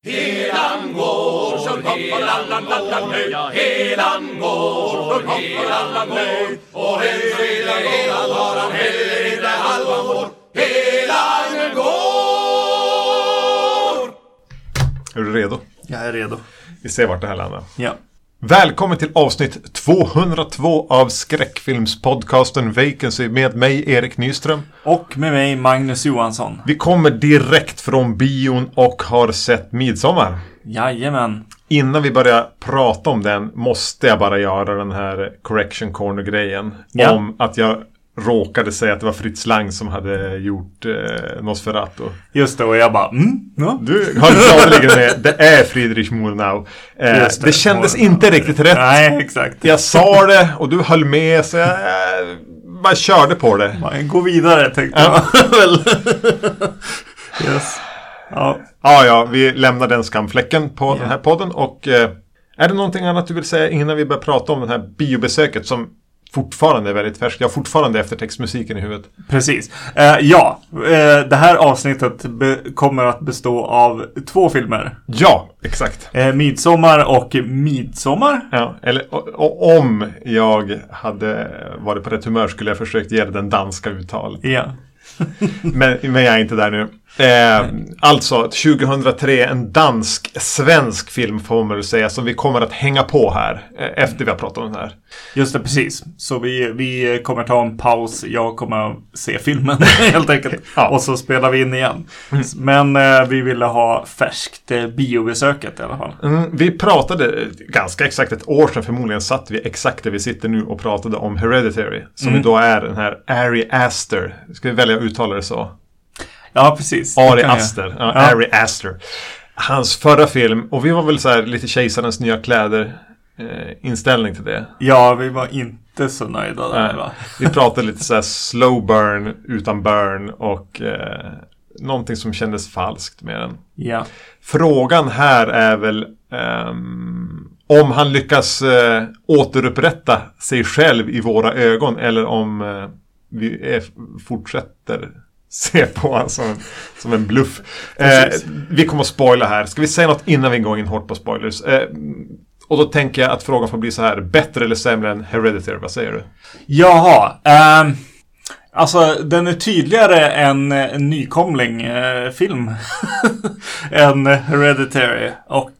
Helan går, så helan går, helan går, så helan går, och helan har han heller inte halvår, helan går. Är du redo? Jag är redo. Vi ser vart det här landar. Ja. Välkommen till avsnitt 202 av skräckfilmspodcasten Vacancy med mig Erik Nyström. Och med mig Magnus Johansson. Vi kommer direkt från bion och har sett Midsommar. Jajamän. Innan vi börjar prata om den måste jag bara göra den här correction corner-grejen. Ja. Om att jag råkade säga att det var Fritz Lang som hade gjort Nosferatu. Just det, och jag bara, ja. Du har gladeligen med, det är Friedrich Murnau. Det kändes inte riktigt rätt. Nej, exakt. Jag sa det och du höll med, så jag bara körde på det. Gå vidare, tänkte jag. Yes. Ja, vi lämnar den skamfläcken på den här podden. Och är det någonting annat du vill säga innan vi börjar prata om den här biobesöket som fortfarande är väldigt färskt? Jag har fortfarande eftertextmusiken i huvudet. Precis. Det här avsnittet kommer att bestå av 2 filmer. Ja, exakt. Midsommar och Midsommar. Ja, eller om jag hade varit på rätt humör skulle jag försökt ge det den danska uttal. Ja. men jag är inte där nu. Alltså 2003, en dansk-svensk film får man väl säga, som vi kommer att hänga på här efter vi har pratat om den här. Just det, precis. Så vi kommer ta en paus. Jag kommer se filmen helt enkelt. Ja. Och så spelar vi in igen. Men vi ville ha färskt biobesöket i alla fall. Vi pratade ganska exakt ett år sedan, förmodligen satt vi exakt där vi sitter nu och pratade om Hereditary. Som då är den här Ari Aster. Ska vi välja att uttala det så? Ja, precis. Ari Aster. Ja. Ari Aster. Hans förra film. Och vi var väl så här lite kejsarens nya kläder inställning till det. Ja, vi var inte så nöjda där, va? Vi pratade lite så här slow burn utan burn. Och någonting som kändes falskt med den. Ja. Frågan här är väl om han lyckas återupprätta sig själv i våra ögon. Eller om vi fortsätter se på han som en bluff. Vi kommer att spoila här. Ska vi säga något innan vi går in hårt på spoilers? Och då tänker jag att frågan får bli så här: bättre eller sämre än Hereditary? Vad säger du? Jaha. Alltså, den är tydligare än en nykomling film än Hereditary. Och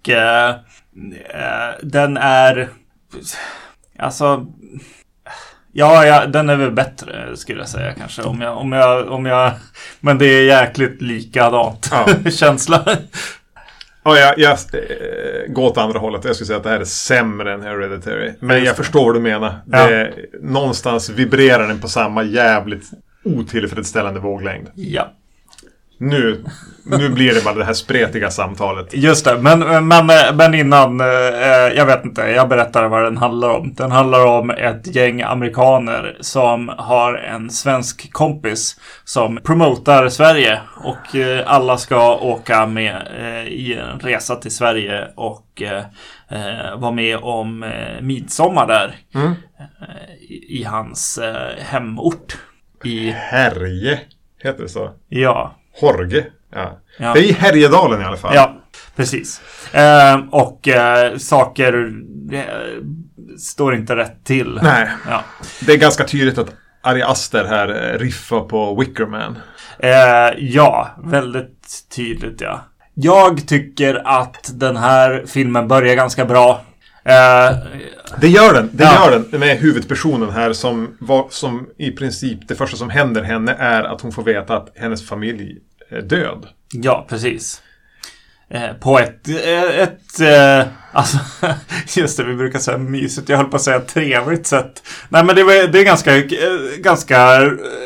den är... Alltså... Ja, den är väl bättre skulle jag säga kanske. Om jag men det är jäkligt likadant känsla. Ja, jag går åt andra hållet. Jag skulle säga att det här är sämre än Hereditary. Men jag förstår vad du menar. Någonstans vibrerar den på samma jävligt otillfredsställande våglängd. Ja. Nu blir det bara det här spretiga samtalet. Just det, men innan, jag vet inte, jag berättar vad den handlar om. Den handlar om ett gäng amerikaner som har en svensk kompis som promotar Sverige. Och alla ska åka med i en resa till Sverige och vara med om midsommar där. I hans hemort. Härje, heter det så? Ja. Horge, ja. Det är i Härjedalen i alla fall. Ja, precis. Och saker står inte rätt till. Nej, ja. Det är ganska tydligt att Ari Aster här riffar på Wickerman. Ja, väldigt tydligt, ja. Jag tycker att den här filmen börjar ganska bra. Det gör den med huvudpersonen här som i princip det första som händer henne är att hon får veta att hennes familj är död. Ja, precis. På ett alltså, just det, vi brukar säga mysigt. Jag höll på att säga trevligt sätt. Nej, men det är ganska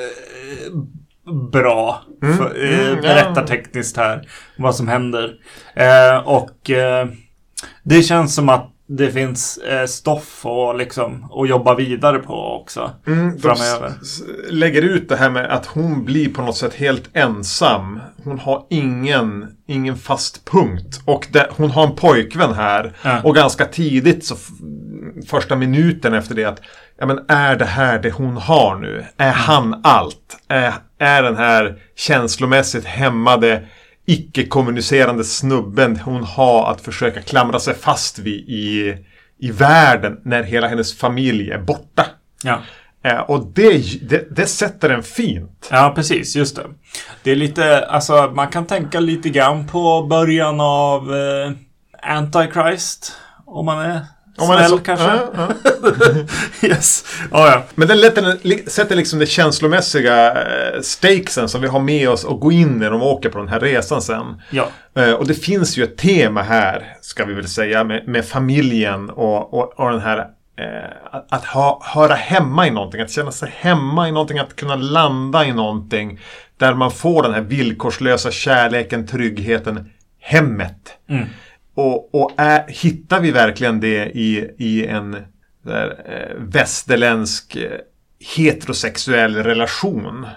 bra berättartekniskt här vad som händer. Och det känns som att det finns stoff och jobba vidare på också framöver. Lägger ut det här med att hon blir på något sätt helt ensam. Hon har ingen fast punkt. Och hon har en pojkvän här. Och ganska tidigt, så första minuten efter det, att ja, men är det här det hon har nu? Är han allt? Är den här känslomässigt hämmade icke-kommunicerande snubben hon har att försöka klamra sig fast vid i världen när hela hennes familj är borta. Ja. Och det sätter en fint. Ja, precis, just det. Det är lite, alltså man kan tänka lite grann på början av Antichrist, om man är snäll kanske. Ja. Yes. Ja. Men den sätter liksom det känslomässiga stakesen som vi har med oss och gå in när de åker på den här resan sen. Ja. Och det finns ju ett tema här, ska vi väl säga, med familjen och den här att höra hemma i någonting, att känna sig hemma i någonting, att kunna landa i någonting där man får den här villkorslösa kärleken, tryggheten, hemmet. Och hittar vi verkligen det i en västerländsk heterosexuell relation?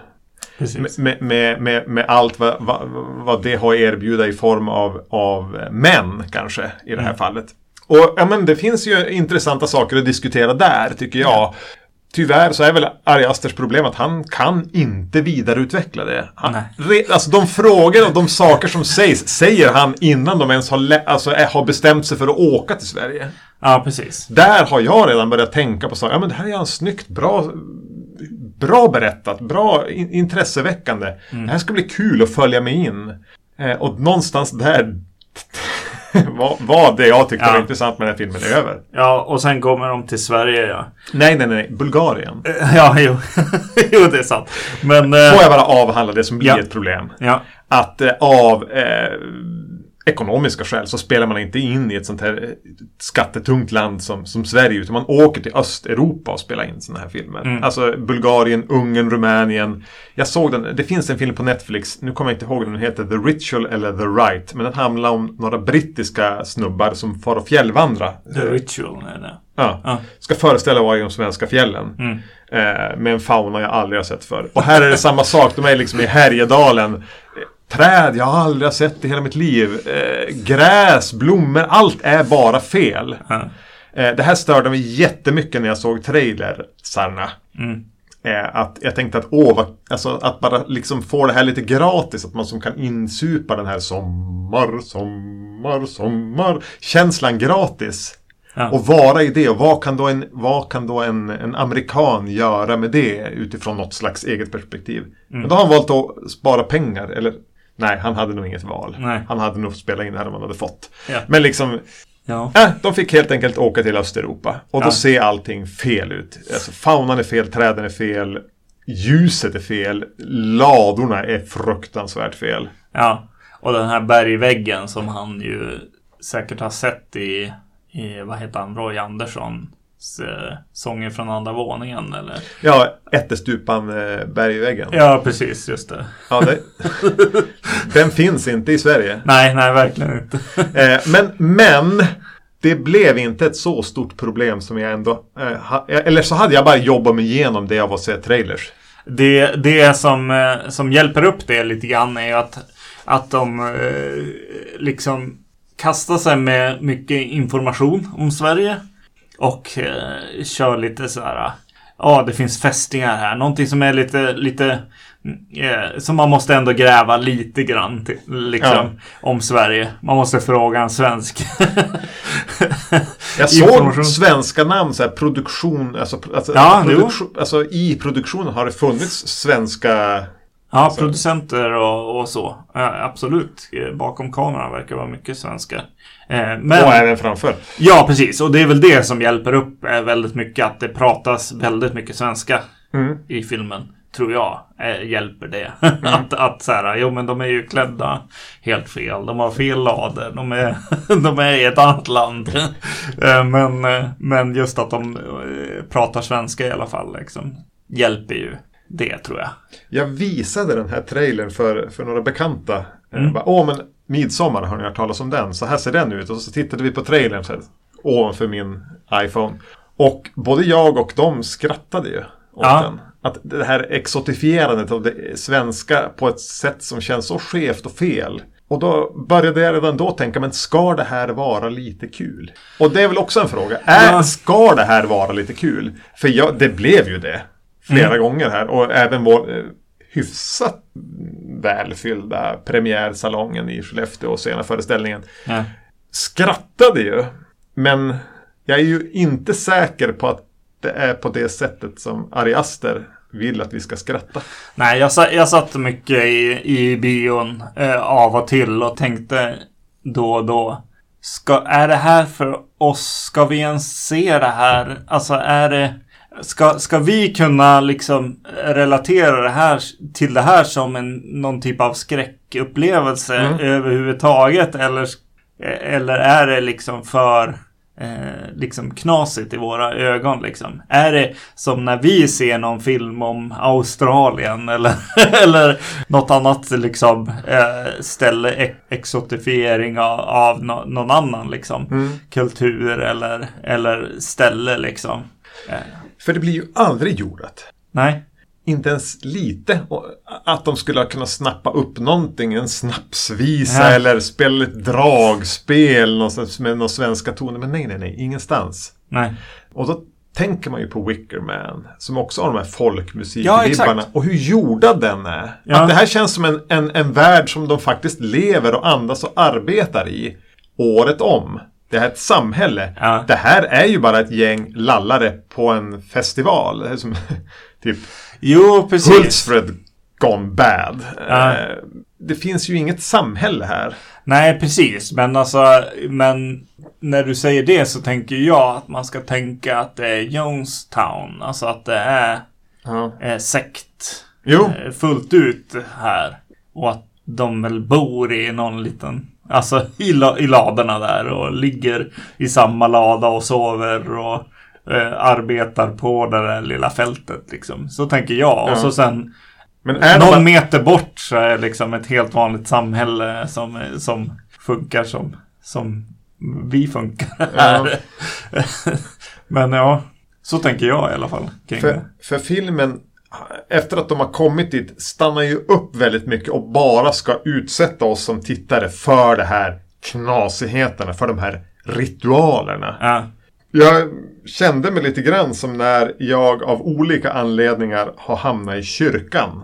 Med allt vad det har erbjuda i form av män kanske i det här fallet. Och ja, men det finns ju intressanta saker att diskutera där, tycker jag. Tyvärr så är väl Ari Asters problem att han kan inte vidareutveckla det. Alltså de frågor och de saker som säger han innan de ens har bestämt sig för att åka till Sverige. Ja, precis. Där har jag redan börjat tänka på saker. Ja, men det här är en snyggt, bra berättat, bra intresseväckande. Det här ska bli kul att följa med in. Och någonstans där var det jag tyckte var intressant med den här filmen är över. Ja, och sen kommer de till Sverige, ja. Nej, Bulgarien. Ja, jo. Jo, det är sant. Men, får jag bara avhandla det som blir ett problem. Ja. Att av ekonomiska skäl så spelar man inte in i ett sånt här skattetungt land som Sverige, utan man åker till Östeuropa och spelar in såna här filmer. Alltså Bulgarien, Ungern, Rumänien. Jag såg den, det finns en film på Netflix, nu kommer jag inte ihåg den heter The Ritual eller The Rite, men den handlar om några brittiska snubbar som far och fjällvandra. The Ritual, nej. Ja. Ska föreställa vara i de svenska fjällen. Med en fauna jag aldrig har sett förr. Och här är det samma sak, de är liksom i Härjedalen. Träd, jag har aldrig sett i hela mitt liv. Gräs, blommor, allt är bara fel. Det här störde mig jättemycket när jag såg trailersarna. Att jag tänkte att bara liksom få det här lite gratis, att man som kan insupa den här sommar känslan gratis. Och vara i det. Och vad kan då en amerikan göra med det utifrån något slags eget perspektiv? Men då har han valt att spara pengar. Eller nej, han hade nog inget val. Nej. Han hade nog spelat in det här man hade fått. Ja. Men liksom de fick helt enkelt åka till Östeuropa. Och då ser allting fel ut. Alltså, faunan är fel, träden är fel, ljuset är fel, ladorna är fruktansvärt fel. Ja, och den här bergväggen som han ju säkert har sett i vad heter han, Roy Anderssons sånger från andra våningen, eller? Ja, Ättestupan bergväggen. Ja, precis, just det. Ja, den finns inte i Sverige. Nej, verkligen inte. Men det blev inte ett så stort problem som jag ändå... eller så hade jag bara jobbat mig igenom det av att se trailers. Det som hjälper upp det lite grann är att de liksom kastar sig med mycket information om Sverige och kör lite så här. Det finns fästingar här. Någonting som är lite som man måste ändå gräva lite grann till, liksom, om Sverige. Man måste fråga en svensk. Jag såg svenska namn, så här, produktion, alltså i produktionen har det funnits svenska... Ja, producenter och så. Absolut. Bakom kameran verkar vara mycket svenska. Men, och även framför. Ja, precis. Och det är väl det som hjälper upp väldigt mycket. Att det pratas väldigt mycket svenska i filmen. Tror jag hjälper det. att så här, men de är ju klädda helt fel. De har fel lader. De är i ett annat land. Men just att de pratar svenska i alla fall liksom, hjälper ju. Det tror jag. Jag visade den här trailern för några bekanta. Men Midsommar, har ni hört talas om den? Så här ser den ut. Och så tittade vi på trailern så här, ovanför min iPhone. Och både jag och de skrattade ju åt den. Att det här exotifierandet av det svenska på ett sätt som känns så skevt och fel. Och då började jag redan då tänka, men ska det här vara lite kul? Och det är väl också en fråga. Ska det här vara lite kul? För det blev ju det. Flera gånger här. Och även hyfsat välfyllda premiärsalongen i Skellefteå och sena föreställningen. Ja. Skrattade ju. Men jag är ju inte säker på att det är på det sättet som Ari Aster vill att vi ska skratta. Nej, jag satt mycket i bion av och till och tänkte då och då. Är det här för oss? Ska vi ens se det här? Alltså är det... Ska vi kunna liksom relatera det här till det här som någon typ av skräckupplevelse överhuvudtaget? Eller är det liksom för liksom knasigt i våra ögon liksom? Är det som när vi ser någon film om Australien eller något annat liksom ställe, exotifiering av någon annan liksom kultur eller ställe liksom? För det blir ju aldrig jordat. Nej. Inte ens lite. Att de skulle kunna snappa upp någonting, en snapsvisa eller spela ett dragspel någonstans med några svenska toner. Men nej, ingenstans. Nej. Och då tänker man ju på Wicker Man, som också har de här folkmusikvibbarna. Och hur jordad den är. Ja. Att det här känns som en värld som de faktiskt lever och andas och arbetar i året om. Det här är ett samhälle. Ja. Det här är ju bara ett gäng lallare på en festival. Det är som typ Hultsfred gone bad. Ja. Det finns ju inget samhälle här. Nej, precis. Men när du säger det så tänker jag att man ska tänka att det är Jonestown. Alltså att det är sekt fullt ut här. Och att de väl bor i någon liten... Alltså i ladorna där och ligger i samma lada och sover och arbetar på det där lilla fältet liksom. Så tänker jag. Ja. Och så sen någon meter bort så är liksom ett helt vanligt samhälle som funkar som vi funkar här. Ja. Men ja, så tänker jag i alla fall. För filmen, efter att de har kommit dit, stannar ju upp väldigt mycket och bara ska utsätta oss som tittare för det här knasigheterna, för de här ritualerna. Ja. Jag kände mig lite grann som när jag av olika anledningar har hamnat i kyrkan.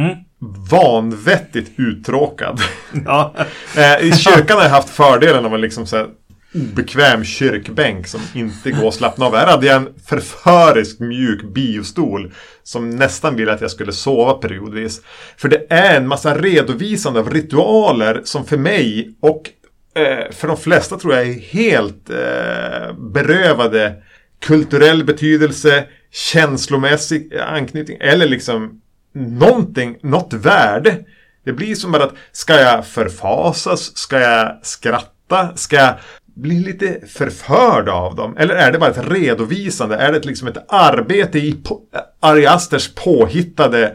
Vanvettigt uttråkad. Ja. I kyrkan har jag haft fördelen av en liksom så här obekväm kyrkbänk som inte går att slappna av. Här hade jag en förföriskt mjuk biostol som nästan ville att jag skulle sova periodvis. För det är en massa redovisande av ritualer som för mig och för de flesta tror jag är helt berövade kulturell betydelse, känslomässig anknytning eller liksom något värde. Det blir som bara att ska jag förfasas, ska jag skratta, ska jag bli lite förförd av dem? Eller är det bara ett redovisande? Är det liksom ett arbete i Ari Asters påhittade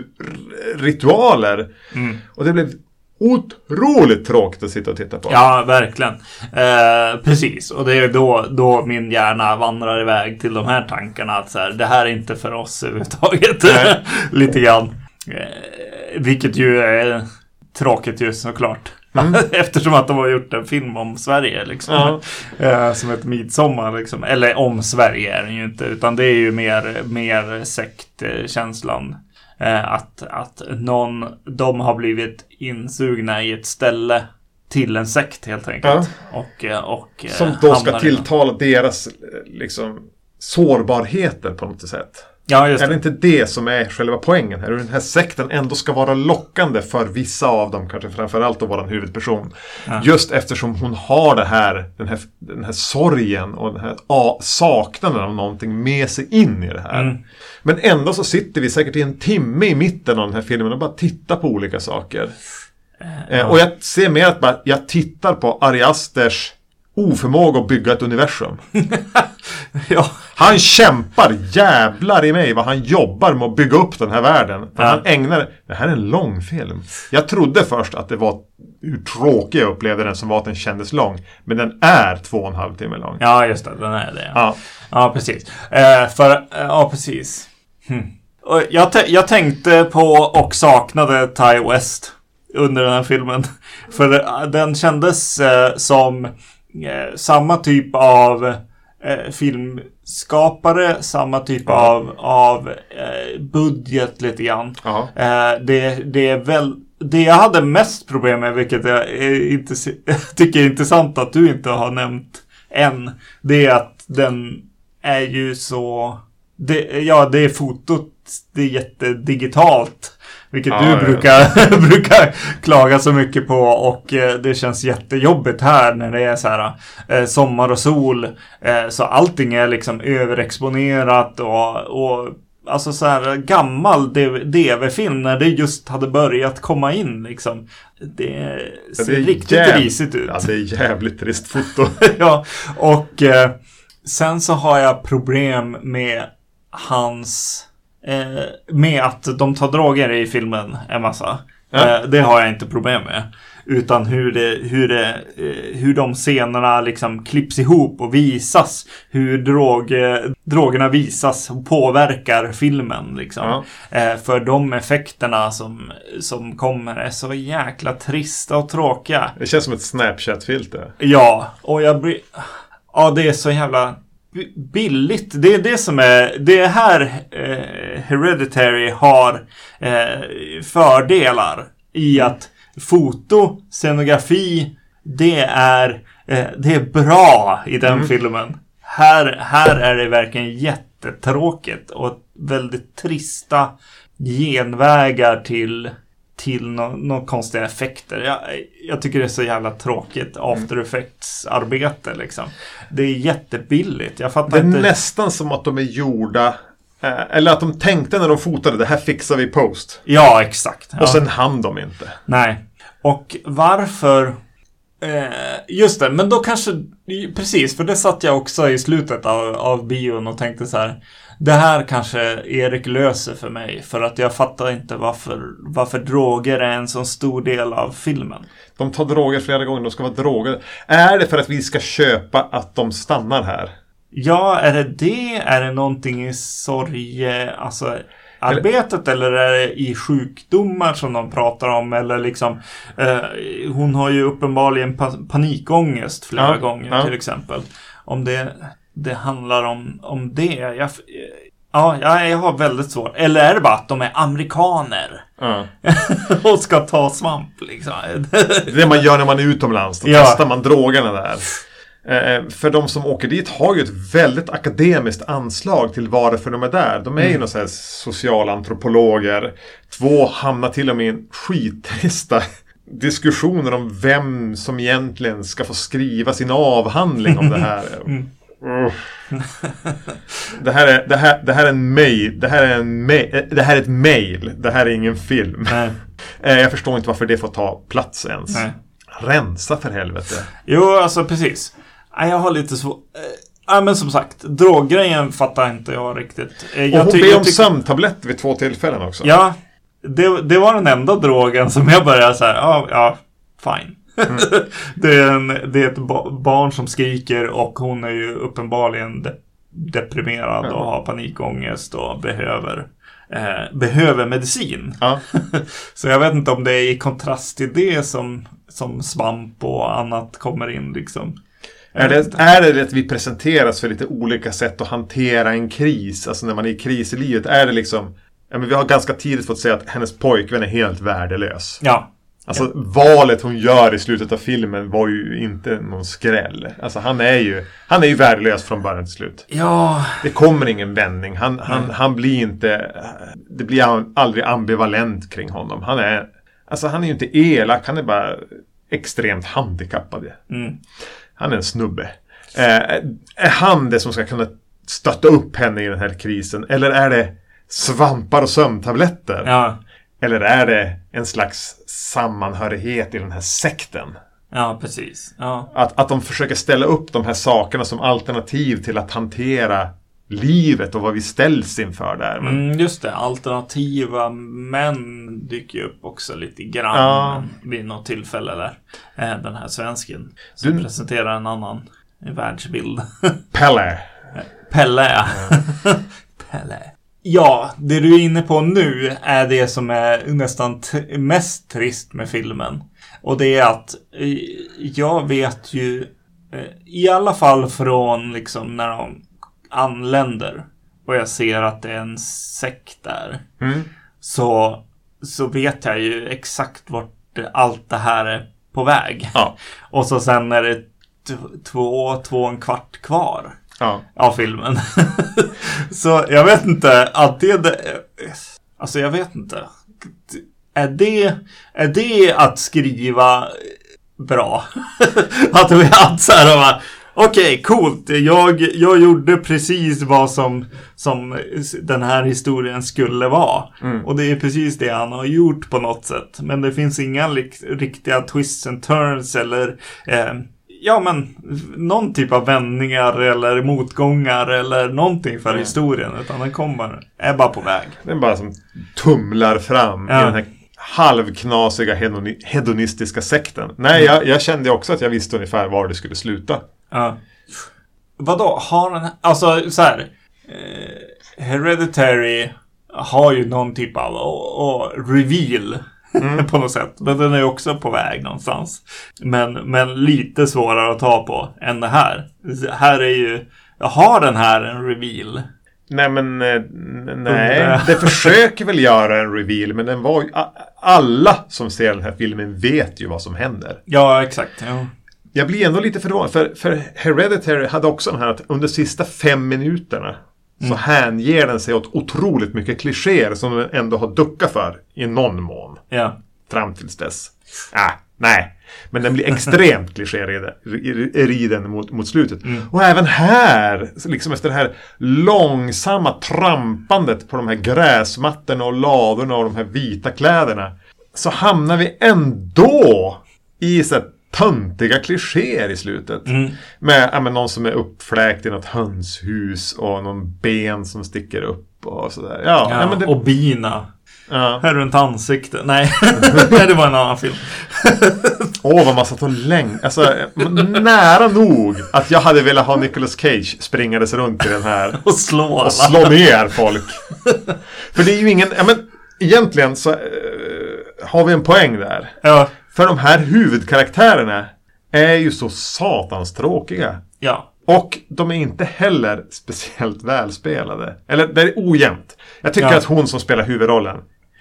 ritualer? Och det blev otroligt tråkigt att sitta och titta på. Ja, verkligen. Precis. Och det är då min hjärna vandrar iväg till de här tankarna. Att så här, det här är inte för oss överhuvudtaget. Lite grann. Vilket ju är tråkigt ju såklart. Eftersom att de har gjort en film om Sverige liksom. Som ett midsommar liksom. Eller om Sverige är den ju inte. Utan det är ju mer sektkänslan. Att de har blivit insugna i ett ställe till en sekt helt enkelt. Och som då ska tilltala deras liksom sårbarheter på något sätt. Ja, just det. Är det inte det som är själva poängen här? Den här sekten ändå ska vara lockande för vissa av dem, kanske framförallt då vår huvudperson. Ja. Just eftersom hon har den här sorgen och den här saknaden av någonting med sig in i det här. Men ändå så sitter vi säkert i en timme i mitten av den här filmen och bara tittar på olika saker. Och jag ser mer att jag tittar på Ari Asters oförmåga att bygga ett universum. Ja. Han kämpar jävlar i mig vad han jobbar med att bygga upp den här världen. För han ägnar... Det här är en lång film. Jag trodde först att det var hur tråkig jag upplevde den som var att den kändes lång. Men den är 2,5 timmar lång. Ja, just det. Den är det. Ja, precis. Precis. Och jag tänkte på och saknade Ty West under den här filmen. För den kändes som samma typ av skapare, samma typ av budget lite grann. Det är väl det jag hade mest problem med, vilket jag inte tycker är intressant att du inte har nämnt än, det är att den är ju så det är fotot, det är jättedigitalt. Vilket du brukar klaga så mycket på, och det känns jättejobbigt här när det är så här sommar och sol, så allting är liksom överexponerat och alltså så här gammal DV-film när det just hade börjat komma in liksom. Det ser riktigt risigt ut. Ja, det är jävligt trist foto. Ja, och sen så har jag problem med med att de tar droger i filmen en massa. Det har jag inte problem med. Utan hur de scenerna liksom klipps ihop och visas. Hur drogerna visas och påverkar filmen liksom. För de effekterna som kommer är så jäkla trista och tråkiga. Det känns som ett Snapchat-filter. Ja, och det är så jävla billigt. Det är det som är det här Hereditary har fördelar i att foto, scenografi, det är bra i den filmen. Här är det verkligen jättetråkigt och väldigt trista genvägar till några konstiga effekter. Jag tycker det är så jävla tråkigt After Effects-arbete liksom. Det är jättebilligt. Jag fattar inte. Det är nästan som att de är gjorda eller att de tänkte när de fotade, det här fixar vi i post. Ja, exakt. Och sen hann de inte. Nej. Och varför just det, men då kanske precis, för det satt jag också i slutet av bion och tänkte så här, det här kanske Erik löser för mig, för att jag fattar inte varför droger är en så stor del av filmen. De tar droger flera gånger, de ska vara droger. Är det för att vi ska köpa att de stannar här? Ja, är det någonting i arbetet eller är det i sjukdomar som de pratar om, eller liksom hon har ju uppenbarligen panikångest flera gånger till exempel. Om det handlar om det. Jag har väldigt svårt. Eller är det bara att de är amerikaner och ska ta svamp liksom. Det man gör när man är utomlands, då testar man drogerna där. För de som åker dit har ju ett väldigt akademiskt anslag till varför de är där. De är ju några så här socialantropologer. 2 hamnar till och med i en skittrista diskussioner om vem som egentligen ska få skriva sin avhandling om det här. Det här är en mail. Det här är ett mail. Det här är ingen film. Jag förstår inte varför det får ta plats ens. Nej. Rensa för helvete. Jo, alltså precis. Jag har lite svårt. Men som sagt, droggrejen fattar inte jag riktigt. Och hon ber om sömntabletter vid 2 tillfällen också. Ja, det var den enda drogen som jag började så här. Ja, fine. Det är ett barn som skriker och hon är ju uppenbarligen deprimerad och har panikångest och behöver medicin. Så jag vet inte om det är i kontrast till det som svamp och annat kommer in liksom. Är det att vi presenteras för lite olika sätt att hantera en kris? Alltså när man är i kris i livet, är det liksom... Ja, men vi har ganska tidigt fått säga att hennes pojkvän är helt värdelös. Ja. Alltså valet hon gör i slutet av filmen var ju inte någon skräll. Alltså han är ju värdelös från början till slut. Ja. Det kommer ingen vändning. Han blir inte... Det blir aldrig ambivalent kring honom. Han är ju inte elak. Han är bara extremt handikappad. Han är en snubbe. Är han det som ska kunna stötta upp henne i den här krisen? Eller är det svampar och sömntabletter? Ja. Eller är det en slags sammanhörighet i den här sekten? Ja, precis. Ja. Att de försöker ställa upp de här sakerna som alternativ till att hantera livet och vad vi ställs inför där. Men... just det, alternativa män dyker upp också lite grann vid något tillfälle där. Den här svensken som presenterar en annan världsbild. Pelle, ja. Pelle. Ja, det du är inne på nu är det som är nästan mest trist med filmen. Och det är att jag vet ju i alla fall från liksom när de anländer och jag ser att det är en sekt där, så vet jag ju exakt vart allt det här är på väg. Ja. Och så sen är det 2,25 kvar av filmen. Så jag vet inte, alltså jag vet inte. Är det att skriva bra? Att så här bara, okej, coolt. Jag gjorde precis vad som den här historien skulle vara. Och det är precis det han har gjort på något sätt. Men det finns inga riktiga twists and turns eller någon typ av vändningar eller motgångar eller någonting för historien, utan den är bara på väg. Den bara som tumlar fram i den här halvknasiga hedonistiska sekten. Nej, jag kände också att jag visste ungefär var det skulle sluta. Ja. Vadå? Har den... Alltså, så här... Hereditary har ju någon typ av reveal på något sätt. Men den är också på väg någonstans. Men lite svårare att ta på än det här. Här är ju... Har den här en reveal? Nej, men nej. Det försöker väl göra en reveal, men den var ju... Alla som ser den här filmen vet ju vad som händer. Ja, exakt. Ja. Jag blir ändå lite förvånad, för Hereditary hade också den här att under sista 5 minuterna så hänger den sig åt otroligt mycket klichéer som den ändå har duckat för i någon mån. Ja. Fram tills dess. Nej. Men den blir extremt klichéeriden mot slutet. Och även här, liksom efter det här långsamma trampandet på de här gräsmattorna och ladorna och de här vita kläderna, så hamnar vi ändå i så töntiga klichéer i slutet. Med någon som är uppfläkt i något hönshus och någon ben som sticker upp och sådär. Ja, men och bina. Ja. Här runt ansiktet. Nej, det var en annan film. Vad man satt och länge. Alltså, nära nog att jag hade velat ha Nicolas Cage springades runt i den här och slå ner folk. För det är ju ingen... egentligen så har vi en poäng där. Ja. För de här huvudkaraktärerna är ju så satans tråkiga. Ja. Och de är inte heller speciellt välspelade. Eller det är ojämnt. Jag tycker att hon som spelar huvudrollen,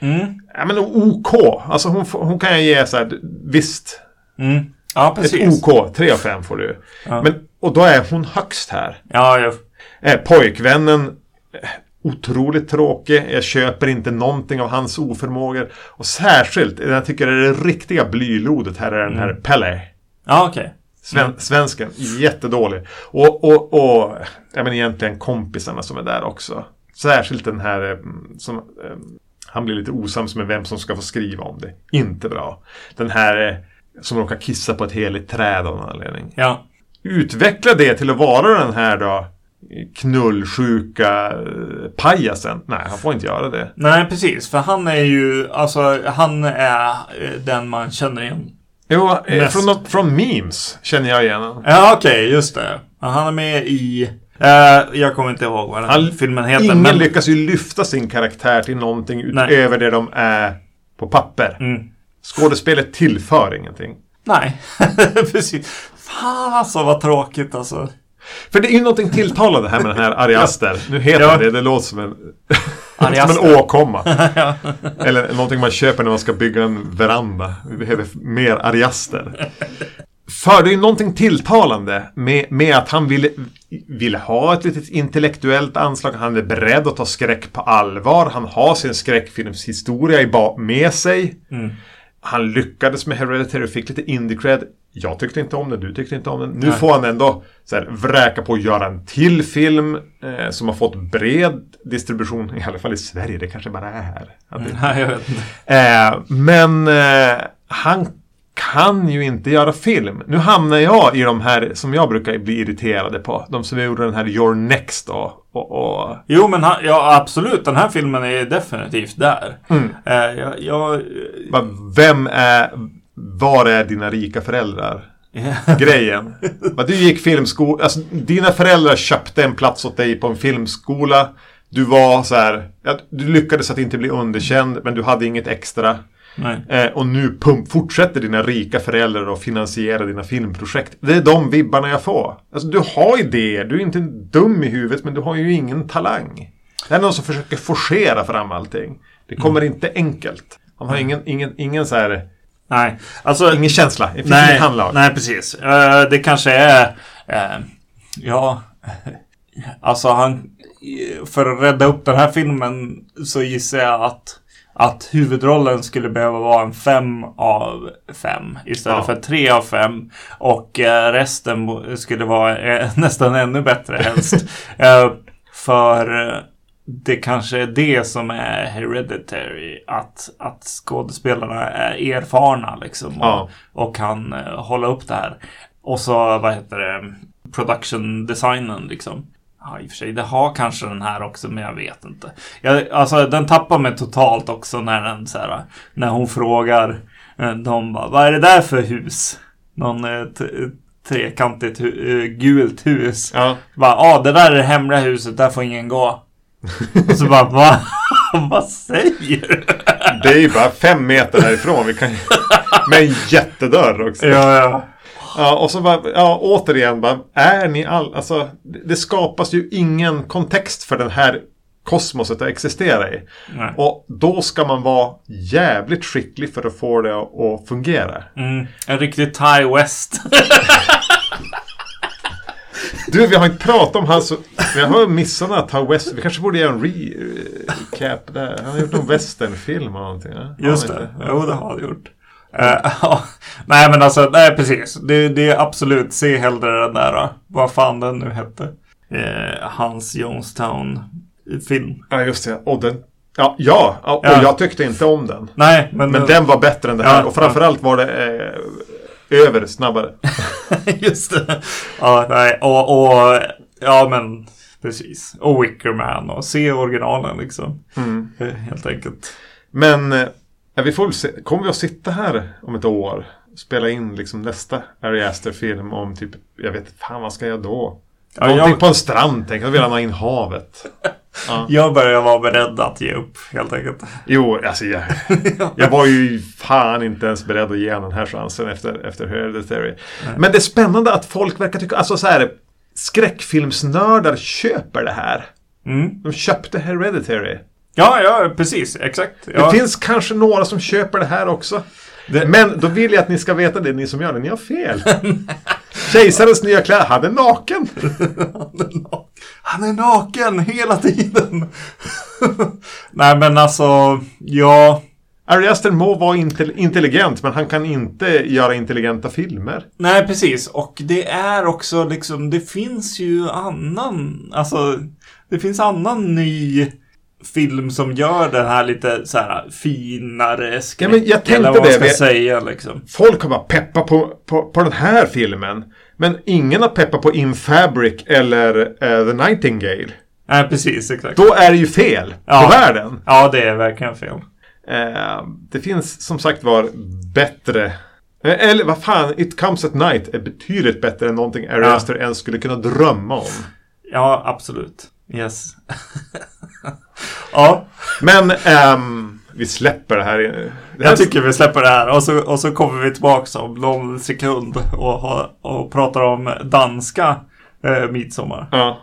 OK. Alltså hon kan jag ge så här, visst. Ja, precis. Ett OK, 3 av 5 får du. Ja. Och då är hon högst här. Ja. Pojkvännen, otroligt tråkig. Jag köper inte någonting av hans oförmågor. Och särskilt, jag tycker det är det riktiga blylodet här är den här Pelle. Ja, okej. Svensken, jättedålig. Och egentligen kompisarna som är där också. Särskilt den här som han blir lite osams med vem som ska få skriva om det. Inte bra. Den här som råkar kissa på ett heligt träd av någon anledning. Ja. Utveckla det till att vara den här då knullsjuka pajasen. Nej, han får inte göra det. Nej, precis. För han är ju, alltså han är den man känner igen. Jo, från memes känner jag igen honom. Ja, okej, just det. Han är med i... jag kommer inte ihåg vad den filmen heter. Ingen lyckas ju lyfta sin karaktär till någonting utöver det de är på papper. Skådespelet tillför ingenting. Nej, precis. Fan alltså, vad tråkigt alltså. För det är ju någonting tilltalande här med den här Ari Aster. Nu heter det låter som en åkomma. Eller någonting man köper när man ska bygga en veranda. Vi behöver mer Ari Aster. För det är ju någonting tilltalande med att han vill ha ett litet intellektuellt anslag. Han är beredd att ta skräck på allvar. Han har sin skräckfilmshistoria med sig. Han lyckades med Hereditary och fick lite indie-cred. Jag tyckte inte om den, du tyckte inte om den. Nu får han ändå så här, vräka på att göra en till film som har fått bred distribution. I alla fall i Sverige, det kanske bara är här. Nej, jag vet inte. Men han kan ju inte göra film. Nu hamnar jag i de här som jag brukar bli irriterade på. De som gjorde den här Your Next då. Jo, men absolut. Den här filmen är definitivt där. Var är dina rika föräldrar? Grejen. Du gick filmskola. Alltså, dina föräldrar köpte en plats åt dig på en filmskola. Du var så här... du lyckades att inte bli underkänd, men du hade inget extra. Och nu fortsätter dina rika föräldrar att finansiera dina filmprojekt. Det är de vibbarna jag får. Alltså, du har idéer, du är inte dum i huvudet, men du har ju ingen talang. Det är någon som försöker forcera fram allting. Det kommer inte enkelt. Han har ingen så här... Nej, alltså... Ingen känsla, det finns inget handlag. Nej, precis. Det kanske är... ja... Alltså för att rädda upp den här filmen så gissar jag att huvudrollen skulle behöva vara en 5 av 5 istället för 3 av 5. Och resten skulle vara nästan ännu bättre helst. För det kanske är det som är Hereditary. Att skådespelarna är erfarna liksom, och kan hålla upp det här. Och så, production designen liksom. Ja, i och för sig, det har kanske den här också, men jag vet inte. Alltså, den tappar mig totalt också när hon frågar de bara, vad är det där för hus? Någon trekantigt gult hus. Det där är det hemliga huset, där får ingen gå. Och så bara, vad säger du? Det är ju bara 5 meter härifrån. Vi kan med en jättedörr också. Ja, och så återigen är ni alltså, det skapas ju ingen kontext för den här kosmoset att existera i. Nej. Och då ska man vara jävligt skicklig för att få det att fungera. En riktig Ty West. Du, vi har inte pratat om hans... Jag har missat den här Ty West. Vi kanske borde göra en recap där. Han har gjort en westernfilm eller någonting. Just det, jo det har han gjort. Nej men alltså, nej precis. Det är absolut, se hellre den där. Vad fan den nu hette. Hans Jonestown-film. Ja just det, och den... Och jag tyckte inte om den. Nej, men den var bättre än det här. Och framförallt var det över snabbare. Just det. Ja, nej. Och ja men precis. Och Wickerman och se originalen liksom. Helt enkelt. Men vi får se. Kommer vi att sitta här om ett år? Spela in liksom nästa Ari Aster-film om typ, jag vet fan vad ska jag då? Någonting på en strand, tänk jag vill ha in havet. Jag börjar vara beredd att ge upp, helt enkelt. Jo, alltså jag var ju fan inte ens beredd att ge den här chansen efter Hereditary. Men det är spännande att folk verkar tycka, alltså så här, skräckfilmsnördar köper det här. De köpte Hereditary. Ja, precis, exakt. Det finns kanske några som köper det här också. Men då vill jag att ni ska veta det, ni som gör det, ni har fel. Kejsarens nya kläder, han är naken. Han är naken hela tiden. Nej men alltså, ja. Ari Aster må vara intelligent, men han kan inte göra intelligenta filmer. Nej precis, och det är också liksom, det finns ju det finns annan ny film som gör den här lite så här finare skräck. Ja, men jag tänkte vad man ska säga liksom. Folk har bara peppat på den här filmen, men ingen har peppat på In Fabric eller The Nightingale. Nej, precis, exakt. Då är det ju fel på världen. Ja, det är verkligen fel. Det finns som sagt var bättre. Eller vad fan, It Comes at Night är betydligt bättre än någonting Ari Aster ens skulle kunna drömma om. Ja, absolut. Yes. Ja. Men vi släpper det här. Jag tycker vi släpper det här. Och så kommer vi tillbaka om någon sekund och pratar om danska midsommar. Ja.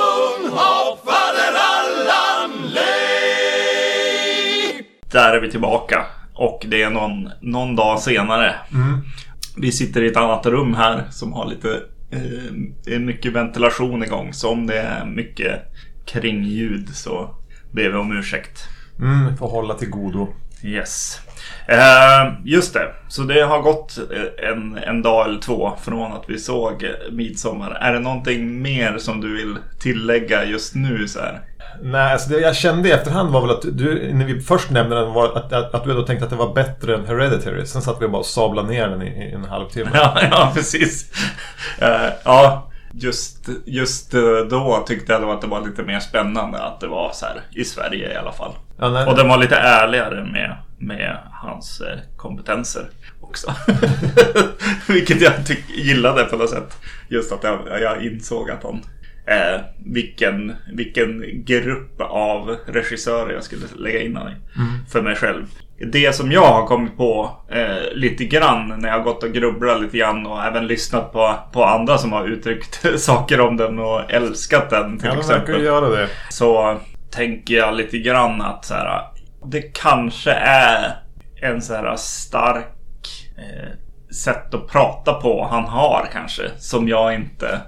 Där är vi tillbaka. Och det är någon dag senare. Vi sitter i ett annat rum här som har lite mycket ventilation igång. Så om det är mycket kringljud så ber vi om ursäkt. Får hålla till godo. Yes. Just det. Så det har gått en dag eller två från att vi såg midsommar. Är det någonting mer som du vill tillägga just nu så här? Nej, alltså det jag kände i efterhand var väl att du, när vi först nämnde den, var att du då tänkte att det var bättre än Hereditary. Sen satt vi bara och sablade ner den i en halvtimme. Ja, precis. Ja, just då tyckte jag att det var lite mer spännande att det var så här i Sverige i alla fall. Ja, nej. Och den var lite ärligare med hans kompetenser också. Vilket jag gillade på något sätt. Just att jag insåg att han vilken grupp av regissörer jag skulle lägga in i. för mig själv. Det som jag har kommit på lite grann när jag har gått och grubblat lite grann och även lyssnat på andra som har uttryckt saker om den och älskat den till exempel. Verkar göra det. Så tänker jag lite grann att så här, det kanske är en så här stark sätt att prata på han har kanske, som jag inte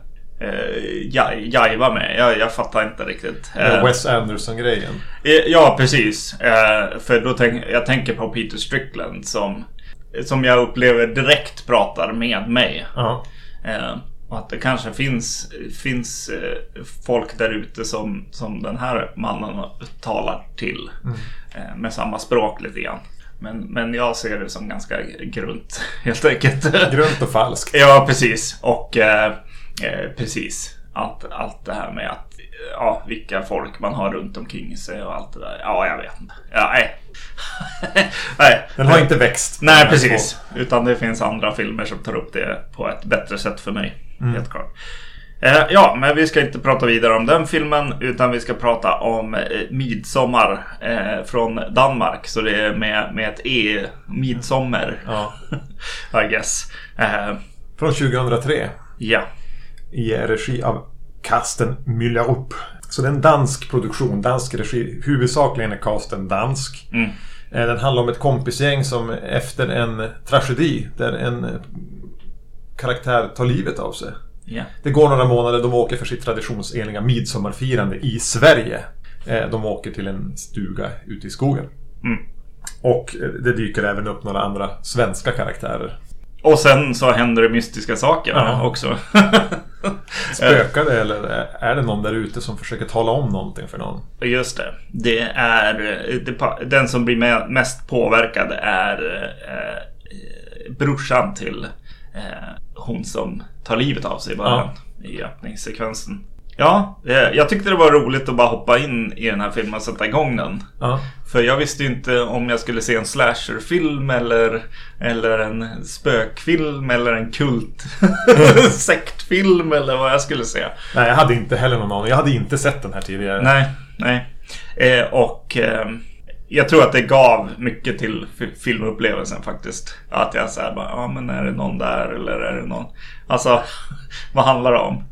jajva med. Jag fattar inte riktigt. Wes Anderson-grejen. Ja, precis. För då jag tänker på Peter Strickland som jag upplever direkt pratar med mig. Och att det kanske finns folk där ute som den här mannen talar till med samma språk lite grann. Men jag ser det som ganska grunt, helt enkelt. Grunt och falskt. Ja, precis. Och precis. Allt det här med att vilka folk man har runt omkring sig och allt det där. Ja, jag vet inte. Ja, nej. Den har inte växt. Nej, precis. Utan det finns andra filmer som tar upp det på ett bättre sätt för mig. Helt klart. Ja, men vi ska inte prata vidare om den filmen, utan vi ska prata om Midsommar från Danmark. Så det är med ett Midsommar. Ja. I guess. Från 2003. Ja. I regi av Carsten Myllerup. Så det är en dansk produktion, dansk regi. Huvudsakligen är casten dansk. Den handlar om ett kompisgäng som efter en tragedi där en karaktär tar livet av sig. Yeah. Det går några månader, de åker för sitt traditionsenliga midsommarfirande i Sverige. De åker till en stuga ute i skogen. Och det dyker även upp några andra svenska karaktärer. Och sen så händer det mystiska saker också. Spökar det, eller är det någon där ute som försöker tala om någonting för någon? Just det. Det är den som blir mest påverkad är brorsan till hon som tar livet av sig i öppningssekvensen. Ja, jag tyckte det var roligt att bara hoppa in i den här filmen och sätta igång den. För jag visste ju inte om jag skulle se en slasherfilm eller en spökfilm eller en kult sektfilm eller vad jag skulle se. Nej, jag hade inte heller någon aning. Jag hade inte sett den här tidigare. Nej. Jag tror att det gav mycket till filmupplevelsen faktiskt. Att jag såhär bara, men är det någon där eller är det någon... Alltså, vad handlar det om?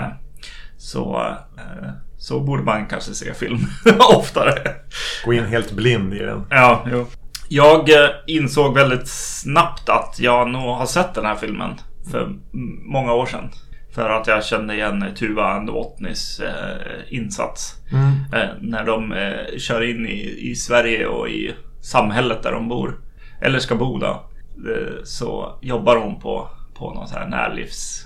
Så borde man kanske se film oftare. Gå in helt blind i den. Ja, jo. Jag insåg väldigt snabbt att jag nog har sett den här filmen för många år sedan. För att jag kände igen Tuva Novotnys insats. När de kör in i Sverige och i samhället där de bor. Eller ska bo då. Så jobbar hon på någon så här närlivs.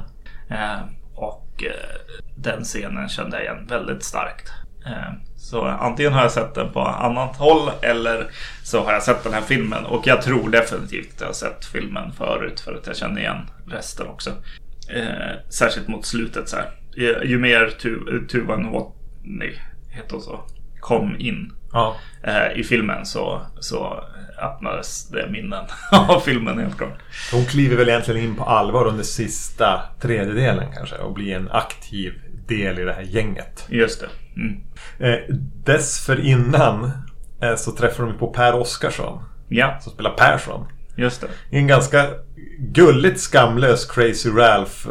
Och den scenen kände jag igen väldigt starkt. Så antingen har jag sett den på annat håll eller så har jag sett den här filmen. Och jag tror definitivt att jag har sett filmen förut för att jag känner igen resten också. Särskilt mot slutet så här. Ju mer Tuva Novotny heter så kom in i filmen så öppnades det minnen av filmen helt klart. Hon kliver väl egentligen in på allvar under sista tredjedelen kanske och blir en aktiv del i det här gänget. Just det. Dessförinnan så träffar de på Per Oscarsson som spelar Persson. Just det. En ganska gulligt skamlös Crazy Ralph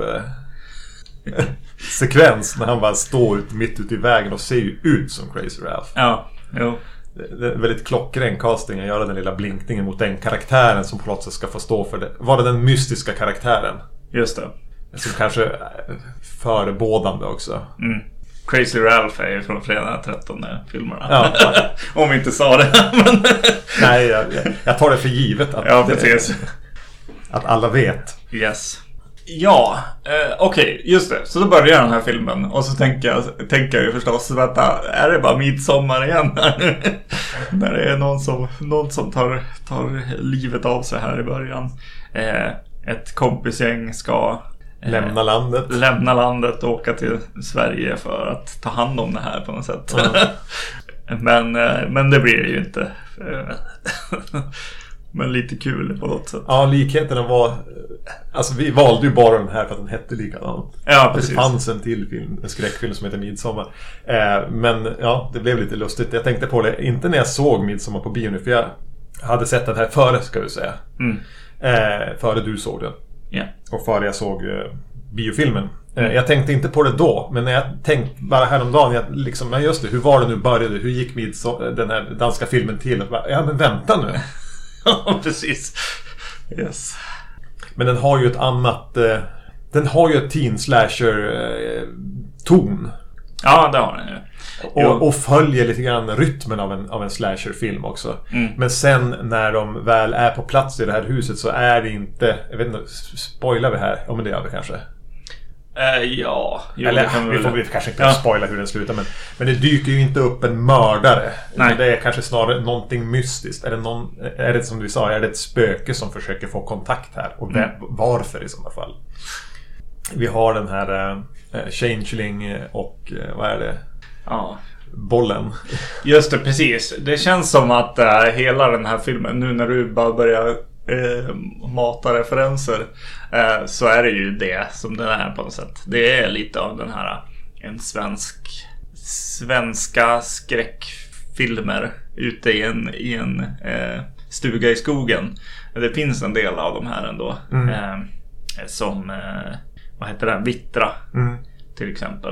sekvens när han bara står mitt ute i vägen och ser ju ut som Crazy Ralph. Ja, jo. Det är väldigt klockren casting att göra den lilla blinkningen mot den karaktären som på något sätt ska få stå för det. Var det den mystiska karaktären? Just det. Som kanske förebådande också. Crazy Ralph är ju från fredag 13 filmerna. Om vi inte sa det. Men... Nej, jag tar det för givet att, att alla vet. Yes. Ja, okej, just det. Så då börjar den här filmen. Och så tänker jag ju förstås, vänta, är det bara midsommar igen? När det är någon som tar livet av sig här i början. Ett kompisgäng ska lämna landet och åka till Sverige för att ta hand om det här på något sätt. Men det blir det ju inte. Men lite kul på något sätt. Ja, likheterna var... Alltså vi valde ju bara den här för att den hette likadant. Ja, precis. Det fanns en till film, en skräckfilm som heter Midsommar. Men ja, det blev lite lustigt. Jag tänkte på det, inte när jag såg Midsommar på bio nu, för jag hade sett den här före, ska vi säga. Före du såg den. Yeah. Och före jag såg biofilmen. Jag tänkte inte på det då, men när jag tänkte bara häromdagen, ja just det, hur var det nu började, hur gick den här danska filmen till? Ja, men vänta nu. Ja, precis. Yes. Men den har ju ett annat... den har ju ett teen slasher-ton. Ja, det har den ju. Och följer lite grann rytmen av en slasher-film också. Men sen när de väl är på plats i det här huset så är det inte... Jag vet inte, spoilar vi här? Ja, men det gör vi kanske. Ja. Eller vi får kanske inte spoila hur den slutar, men det dyker ju inte upp en mördare. Det är kanske snarare någonting mystiskt. Är det som du sa, är det ett spöke som försöker få kontakt här? Och varför i sådana fall? Vi har den här Changeling och vad är det? Ja. Bollen. Just det, precis. Det känns som att hela den här filmen, nu när du bara börjar mata referenser, så är det ju det som den är på något sätt. Det är lite av den här svenska skräckfilmer ute i en stuga i skogen. Det finns en del av de här ändå. Som vad heter det? Vittra till exempel.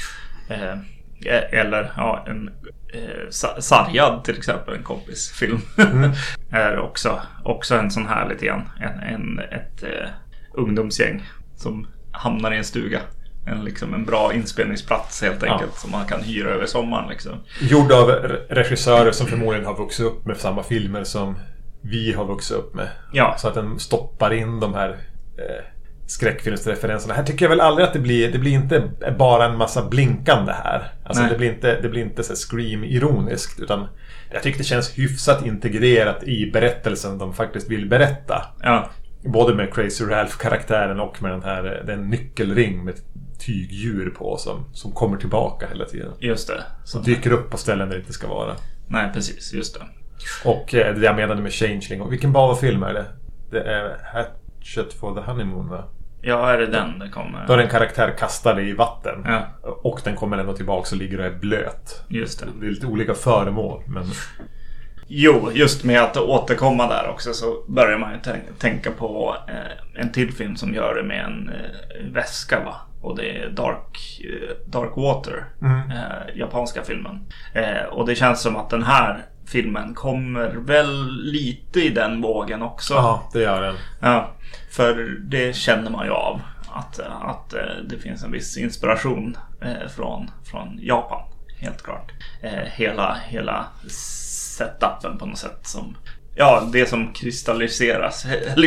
Eller en Sargad till exempel, en kompisfilm. Är också en sån här lite grann ett ungdomsgäng som hamnar i en stuga. En bra inspelningsplats helt enkelt, som man kan hyra över sommaren liksom. Gjord av regissörer som förmodligen har vuxit upp med samma filmer som vi har vuxit upp med. Ja. Så att den stoppar in de här skräckfilmsreferenserna. Här tycker jag väl aldrig att det blir inte bara en massa blinkande här. Alltså det blir inte så Scream-ironiskt, utan jag tycker det känns hyfsat integrerat i berättelsen de faktiskt vill berätta. Ja. Både med Crazy Ralph-karaktären och med den nyckelring med tygdjur på som kommer tillbaka hela tiden. Just det. Som dyker upp på ställen där det inte ska vara. Nej, precis, just det. Och det jag menade med Changeling. Och vilken Bava-film är det? Det är Hatchet for the Honeymoon, va? Ja, är det den det kommer? Då är en karaktär kastad i vatten. Ja. Och den kommer ändå tillbaka och ligger och är blöt. Just det. Det är lite olika föremål, men... Jo, just med att återkomma där också så börjar man ju tänka på en till film som gör det med en väska, va? Och det är Dark Water, japanska filmen. Och det känns som att den här filmen kommer väl lite i den vågen också. Ja, det gör den. Ja, för det känner man ju av att det finns en viss inspiration från Japan, helt klart. Hela setupen på något sätt som... Ja, det som utkristalliseras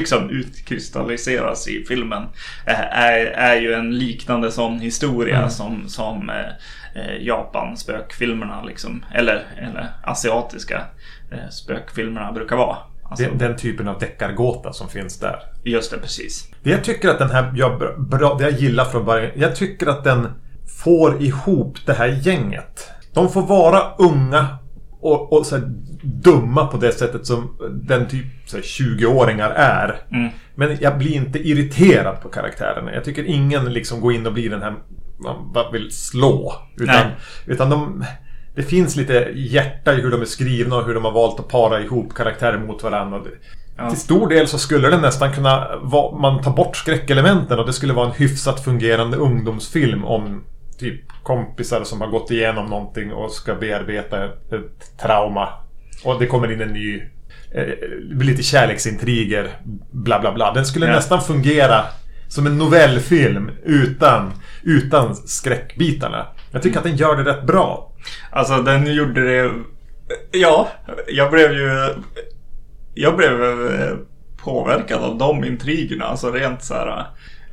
i filmen är ju en liknande sån historia som Japan spökfilmerna liksom, eller asiatiska spökfilmerna brukar vara. Alltså, den typen av deckargåta som finns där. Just det, precis. Det jag tycker att den här det jag gillar från början, jag tycker att den får ihop det här gänget. De får vara unga och så här dumma på det sättet som den typ så här 20-åringar är. Men jag blir inte irriterad på karaktärerna. Jag tycker ingen liksom går in och blir den här man bara vill slå. Utan det finns lite hjärta i hur de är skrivna och hur de har valt att para ihop karaktärer mot varandra. Ja. Till stor del så skulle det nästan kunna man tar bort skräckelementen och det skulle vara en hyfsat fungerande ungdomsfilm om typ kompisar som har gått igenom någonting och ska bearbeta ett trauma. Och det kommer in en ny lite kärleksintriger bla bla bla. Den skulle nästan fungera som en novellfilm utan skräckbitarna. Jag tycker att den gör det rätt bra. Alltså den gjorde det... Ja, jag blev påverkad av de intrigerna. Alltså rent så här...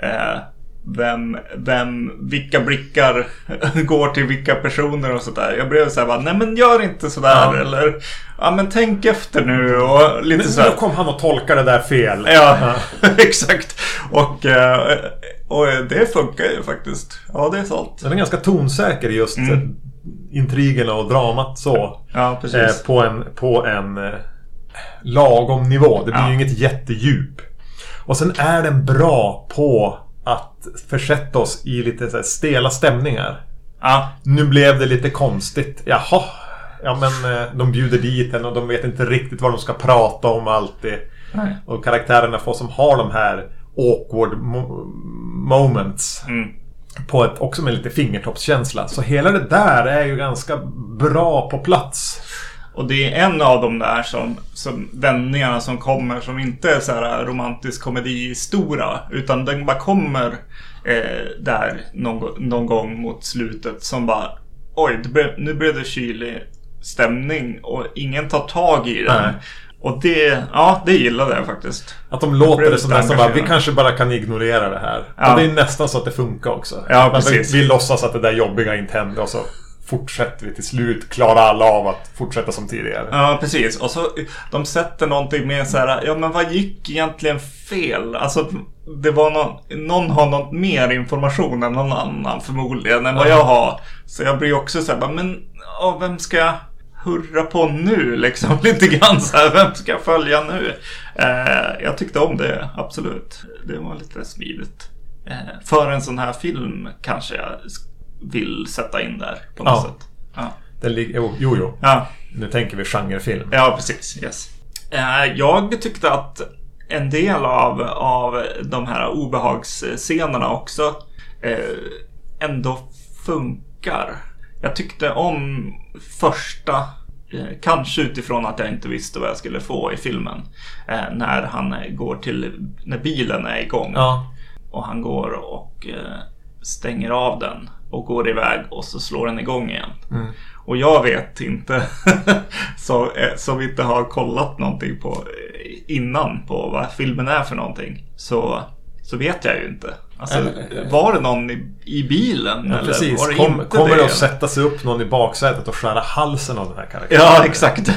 vilka blickar går till vilka personer och sådär. Jag blev så här, nej men gör inte sådär. Eller, ja men tänk efter nu och lite men, så här. Då kom han och tolkade det där fel. Ja, exakt. Och det funkar ju faktiskt. Ja, det är sånt. Den är ganska tonsäker just intrigerna och dramat så. Ja, precis. På en lagom nivå. Det blir Ja. ju inget jättedjup. Och sen är den bra på att försätta oss i lite så här stela stämningar. Ja. Nu blev det lite konstigt. Jaha. Ja, men de bjuder dit henne och de vet inte riktigt vad de ska prata om alltid. Nej. Och karaktärerna får som har de här awkward moments. På ett, också med lite fingertoppskänsla. Så hela det där är ju ganska bra på plats. Och det är en av de där som vändningarna som kommer som inte är så här romantisk komedi-stora, utan den bara kommer där någon gång mot slutet som bara oj, nu blev det kylig stämning och ingen tar tag i den. Nej. Och det gillade jag faktiskt. Att de låter det som nästan bara, vi engagerad. kanske bara kan ignorera det här. Ja. Och det är nästan så att det funkar också. Ja, Men precis. vi låtsas att det där jobbiga inte händer och så fortsätter vi till slut, klara alla av att fortsätta som tidigare. Ja, precis. Och så de sätter någonting med så här, ja men vad gick egentligen fel? Alltså det var någon har något mer information än någon annan förmodligen än vad jag har. Så jag blir också så här, men vem ska jag hurra på nu liksom? Lite grann så här, vem ska jag följa nu? Jag tyckte om det, absolut. Det var lite smidigt. För en sån här film kanske jag vill sätta in där på något sätt. Ja. Jo. Ja. Nu tänker vi genrefilm. Ja, precis. Yes. Jag tyckte att en del av de här obehagsscenerna också ändå funkar. Jag tyckte om första, kanske utifrån att jag inte visste vad jag skulle få i filmen. När han går när bilen är igång. Ja. Och han går och stänger av den och går iväg och så slår den igång igen. Och jag vet inte så vi inte har kollat någonting på innan på vad filmen är för någonting, så vet jag ju inte. Alltså, var det någon i bilen? Ja, eller precis. var det inte Kommer det att eller? sätta sig upp någon i baksätet och skära halsen av den här karaktären? Ja, exakt.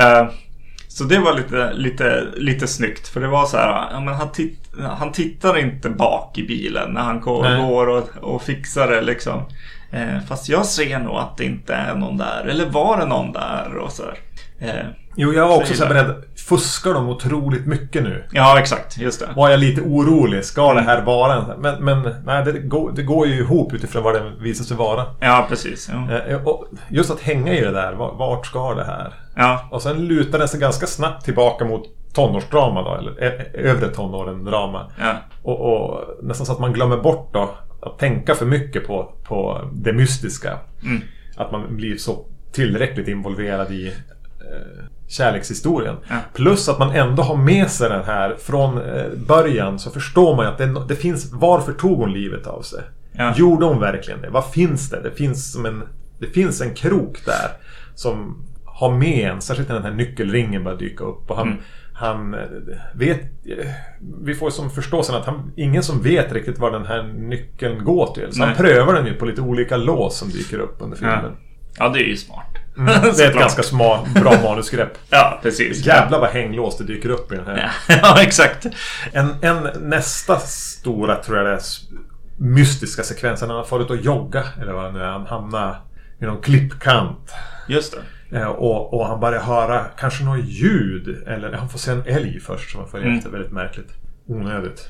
Så det var lite snyggt. För det var så här, ja, men han tittar inte bak i bilen när han går och fixar det liksom. Fast jag ser nog att det inte är någon där. Eller var det någon där? Och så här. Jo, jag var också så beredd. Fuskar de otroligt mycket nu? Ja, exakt. Just det. Var jag lite orolig. Ska det här vara en... Men nej, det går ju ihop utifrån vad det visar sig vara. Ja, precis. Ja. Och just att hänga i det där. Vart ska det här? Ja. Och sen lutar den sig ganska snabbt tillbaka mot tonårsdrama då. Eller övre tonåren-drama. Ja. Och nästan så att man glömmer bort då att tänka för mycket på det mystiska. Att man blir så tillräckligt involverad i kärlekshistorien. Ja. Plus att man ändå har med sig den här från början, så förstår man ju att det finns, varför tog hon livet av sig? Ja. Gjorde hon verkligen det? Vad finns det? Det finns en krok där som har med en, särskilt när den här nyckelringen börjar dyka upp, och han vet, vi får som förstå sen att ingen som vet riktigt vad den här nyckeln går till. Så han prövar den ju på lite olika lås som dyker upp under filmen. Ja, det är ju smart. Det är ett ganska bra manusgrepp. Ja, precis. Jävlar vad hänglås det dyker upp i den här. Ja, exakt. En nästa stora, tror jag det är, mystiska sekvensen när han får ut och jogga, eller vad det nu är. Han hamnar i någon klippkant. Just det. Och han börjar höra kanske något ljud, eller han får se en älg först som han får efter, väldigt märkligt, onödigt.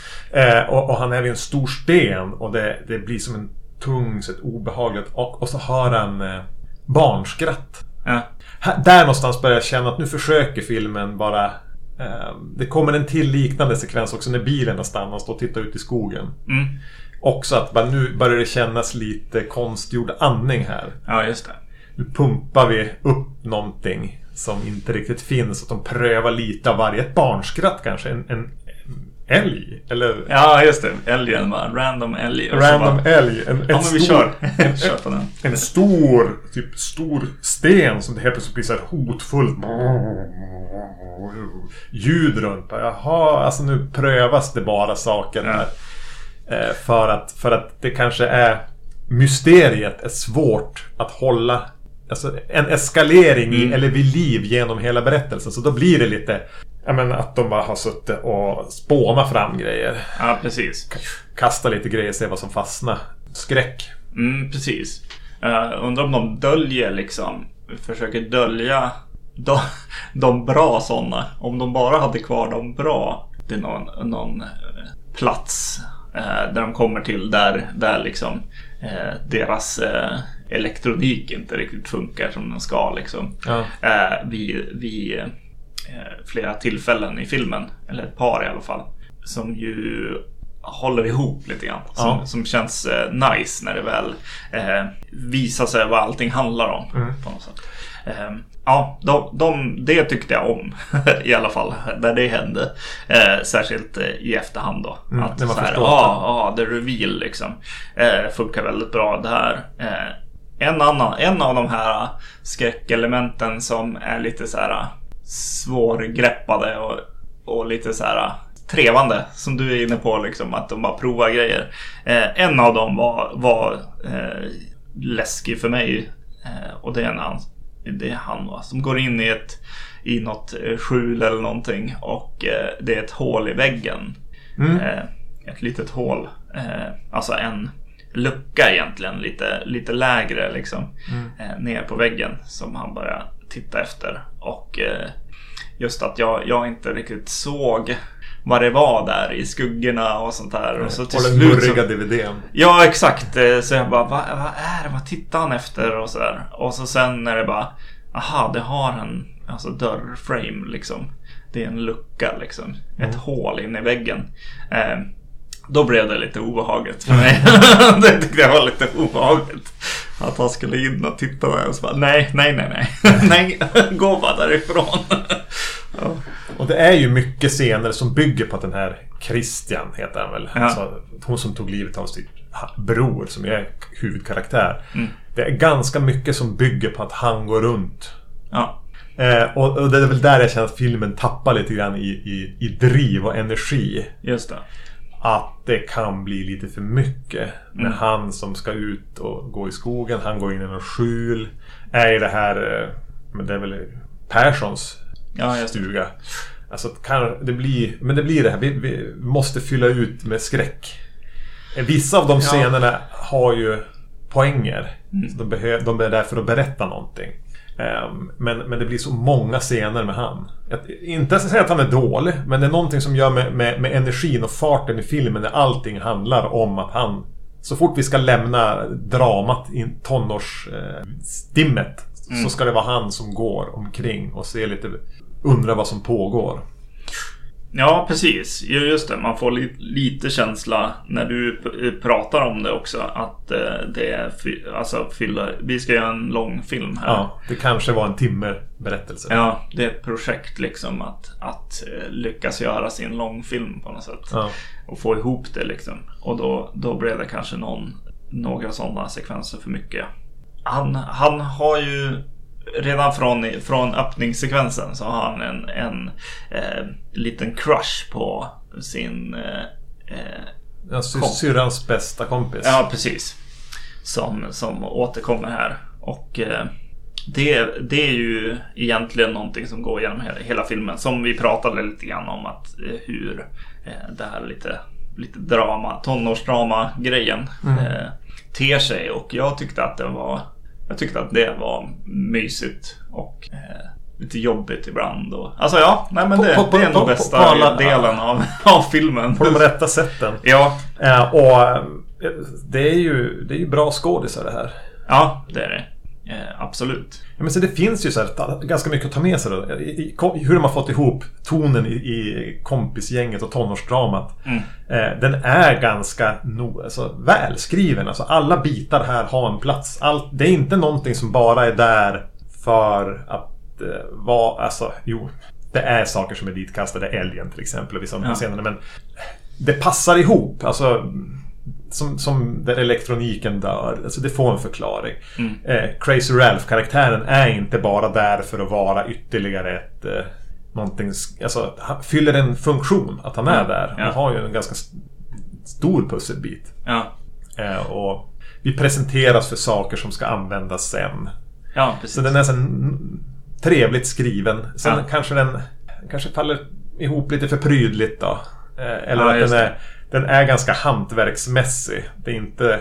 Och han är vid en stor sten, och det blir som en tung, ett obehagligt, och så hör han barnskratt. Ja. Där någonstans börjar jag känna att nu försöker filmen bara. Det kommer en till liknande sekvens också när bilen har stannat och tittar ut i skogen. Också att nu börjar det kännas lite konstgjord andning här. Ja, just det. Nu pumpar vi upp någonting som inte riktigt finns, att de prövar lite av varje. Ett barnskratt kanske, en älg, eller... Ja, just det. Älgen, bara. Random älg. Random älg. Ja, men vi kör. Kör på den. En stor sten som det helt plötsligt blir så här hotfullt ljud runt. Jaha, alltså nu prövas det bara saker här. För att det kanske är... Mysteriet är svårt att hålla, alltså en eskalering i, eller vid liv genom hela berättelsen. Så då blir det lite, jag menar, att de bara har suttit och spåna fram grejer. Ja, precis. Kasta lite grejer, se vad som fastnar. Skräck. Precis. Undrar om de försöker dölja de bra sådana, om de bara hade kvar de bra, det är någon plats där de kommer till där liksom deras elektronik inte riktigt funkar som den ska liksom. Vid flera tillfällen i filmen, eller ett par i alla fall, som ju håller ihop lite grann, som känns nice när det väl visar sig vad allting handlar om på något sätt. Det tyckte jag om i alla fall där det hände, särskilt i efterhand då, att det var så här, the reveal liksom funkar väldigt bra där. En av de här skräckelementen som är lite så här svårgreppade och lite så här trevande, som du är inne på liksom, att de bara provar grejer. En av dem var läskig för mig, och det är han va, som går in i något skjul eller någonting, och det är ett hål i väggen. Ett litet hål, alltså en lucka egentligen, lite lägre liksom, ner på väggen, som han börjar titta efter. Och just att jag inte riktigt såg vad det var där i skuggorna och sånt där. Och så till slut så... DVDn. Ja, exakt. Så jag bara, vad är det? Vad tittar han efter? Och så där. Och så sen är det bara, aha, det har en dörrframe liksom. Det är en lucka liksom. Ett hål in i väggen. Då blev det lite obehagligt för mig. Det tyckte jag var lite obehagligt. Att han skulle in och titta där och så bara, nej. Nej, gå bara därifrån. Ja. Och det är ju mycket scener som bygger på att den här Christian heter han väl. Ja. Alltså, hon som tog livet av sin bror som är huvudkaraktär. Det är ganska mycket som bygger på att han går runt. Ja. Och det är väl där jag känner att filmen tappar lite grann i driv och energi. Just det. Att det kan bli lite för mycket. Med han som ska ut och gå i skogen, han går in i någon skjul. Är det här, men det är väl Perssons stuga. Alltså det blir det här, vi måste fylla ut med skräck. Vissa av de scenerna har ju poänger. Så de är där för att berätta någonting. Men det blir så många scener med han. Inte att säga att han är dålig, men det är någonting som gör med energin och farten i filmen, när allting handlar om att han, så fort vi ska lämna dramat i tonårsstimmet, så ska det vara han som går omkring och ser lite, undrar vad som pågår. Ja, precis. Just det, man får lite känsla när du pratar om det också, att det är vi ska göra en lång film här. Ja, det kanske var en timme berättelse. Ja, det är ett projekt liksom att lyckas göra sin lång film på något sätt. Ja. Och få ihop det liksom. Och då blev det kanske några sådana sekvenser för mycket. Han har ju redan från öppningssekvensen så har han en liten crush på sin syrrans bästa kompis. Ja, precis. Som återkommer här. Och det är ju egentligen någonting som går igenom hela filmen, som vi pratade lite grann om, att hur det här lite tonårsdrama grejen ter sig. Och jag tyckte att det var mysigt och lite jobbigt ibland. Och, alltså det är nog bästa delen av filmen. På de rätta sätten. Ja. Och det är ju bra skådisar det här. Ja, det är det. Absolut. Ja, men så det finns ju så här, ganska mycket att ta med sig då. Hur de har fått ihop tonen i kompisgänget och tonårsdramat. Den är ganska välskriven. Alltså, alla bitar här har en plats. Det är inte någonting som bara är där för att vara... Alltså, det är saker som är ditkastade. Älgen till exempel och vissa av de scenerna. Men det passar ihop. Alltså... Som där elektroniken dör. Alltså det får en förklaring. Crazy Ralph-karaktären är inte bara där för att vara ytterligare ett någonting, alltså han fyller en funktion att han är där. Han har ju en ganska stor pusselbit. Och vi presenteras för saker som ska användas sen. Ja, precis. Så den är så trevligt skriven. Sen kanske faller ihop lite för prydligt då. Eller att den är ganska hantverksmässig. Det är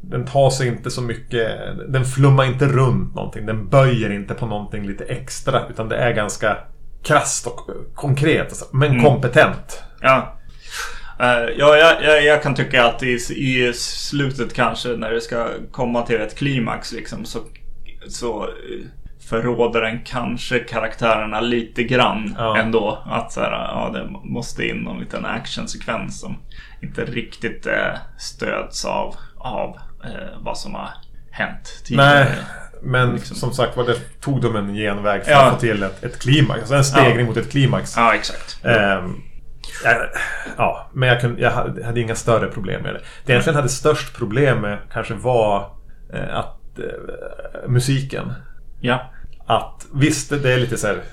Den tar sig inte så mycket. Den flummar inte runt någonting. Den böjer inte på någonting lite extra. Utan det är ganska krasst och konkret. Men kompetent. Ja. Jag kan tycka att i slutet kanske, när det ska komma till ett klimax liksom, så förråder den kanske karaktärerna lite grann ändå. Att så här, det måste in någon liten actionsekvens som inte riktigt stöds av vad som har hänt tidigare. Nej, men liksom. Som sagt, det tog de en genväg för att få till ett klimax. Alltså en stegring mot ett klimax. Ja, exakt. Men jag hade inga större problem med det. Det egentligen hade störst problem med kanske var att musiken. Ja. Att visst, det är lite så här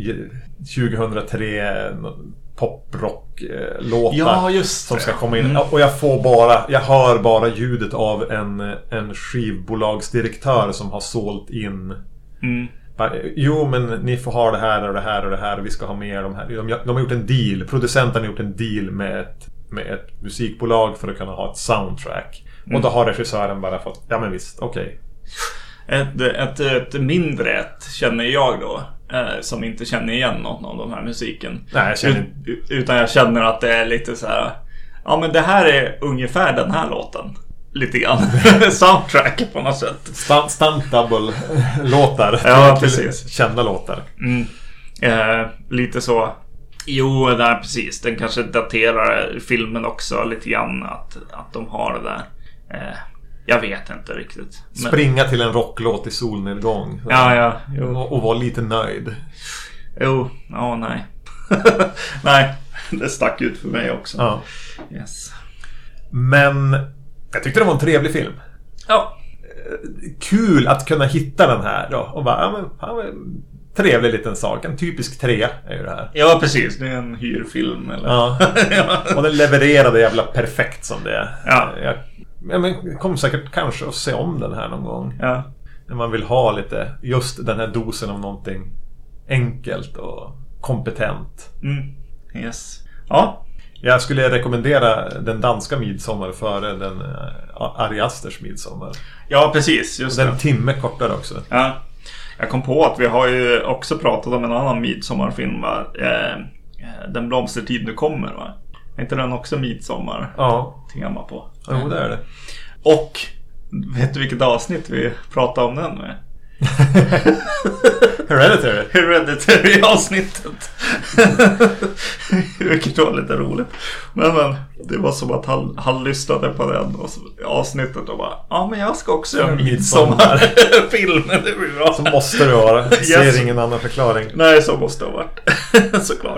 2003 poprock-låtar som ska komma in. Och jag hör bara ljudet av en skivbolagsdirektör som har sålt in. Jo, men ni får ha det här och det här och det här, och vi ska ha mer de här. De har gjort en deal. Producenten har gjort en deal med ett musikbolag för att kunna ha ett soundtrack. Och då har regissören bara fått, ja men visst, okej. Ett mindre känner jag då, som inte känner igen någon av de här musiken. Nej, jag känner... Utan jag känner att det är lite så här, ja men det här är ungefär den här låten. Lite grann. Soundtrack på något sätt. Stunt-double-låtar. Ja, precis. Kända låtar. Lite så. Jo, där precis. Den kanske daterar filmen också lite grann. Att de har det där. Jag vet inte riktigt. Men... Springa till en rocklåt i solnedgång. Ja. Och vara lite nöjd. Nej. Nej, det stack ut för mig också. Ja. Yes. Men jag tyckte det var en trevlig film. Ja. Kul att kunna hitta den här då. Och bara, trevlig liten sak. En typisk 3 är ju det här. Ja, precis. Det är en hyrfilm. Eller? Ja. Och den levererade jävla perfekt som det är. Ja. Jag kommer säkert kanske att se om den här någon gång. Ja. När man vill ha lite just den här dosen av någonting enkelt och kompetent. Yes. Ja. Jag skulle rekommendera den danska midsommar före den Ari Asters midsommar. Ja, precis. Just den timme kortare också. Ja. Jag kom på att vi har ju också pratat om en annan midsommarfilm, va? Den blomstertid nu kommer, va? Är inte den också midsommar? Ja. Tema på. Jo, det är det. Och vet du vilket avsnitt vi pratar om den med? Hereditary avsnittet. Vilket var lite roligt. Men det var som att han lyssnade på den avsnittet och bara, men jag ska också göra midsommarfilmen. Det blir bra. Så måste det vara. Jag ser ingen annan förklaring. Nej, så måste det ha varit. Såklart.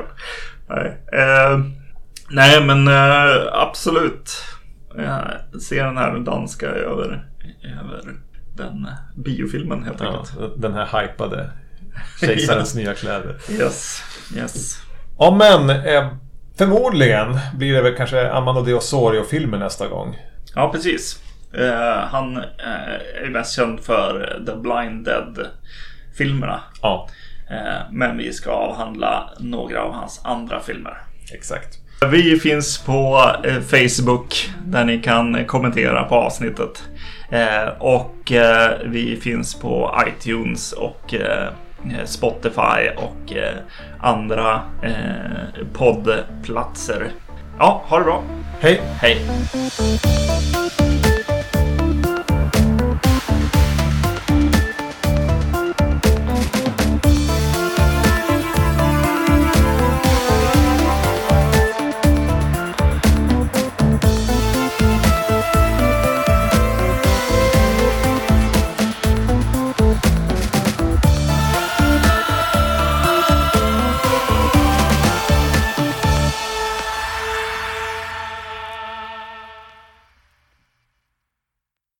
Nej, men absolut. Jag ser den här danska över den biofilmen helt enkelt. Den här hypade kejsarens nya kläder. Yes. Ja, men förmodligen blir det väl kanske Amano de Osorio-filmen nästa gång. Ja, precis. Han är mest känd för The Blind Dead-filmerna. Ja. Men vi ska avhandla några av hans andra filmer. Exakt. Vi finns på Facebook där ni kan kommentera på avsnittet. Och vi finns på iTunes och Spotify och andra poddplatser. Ja, ha det bra. Hej.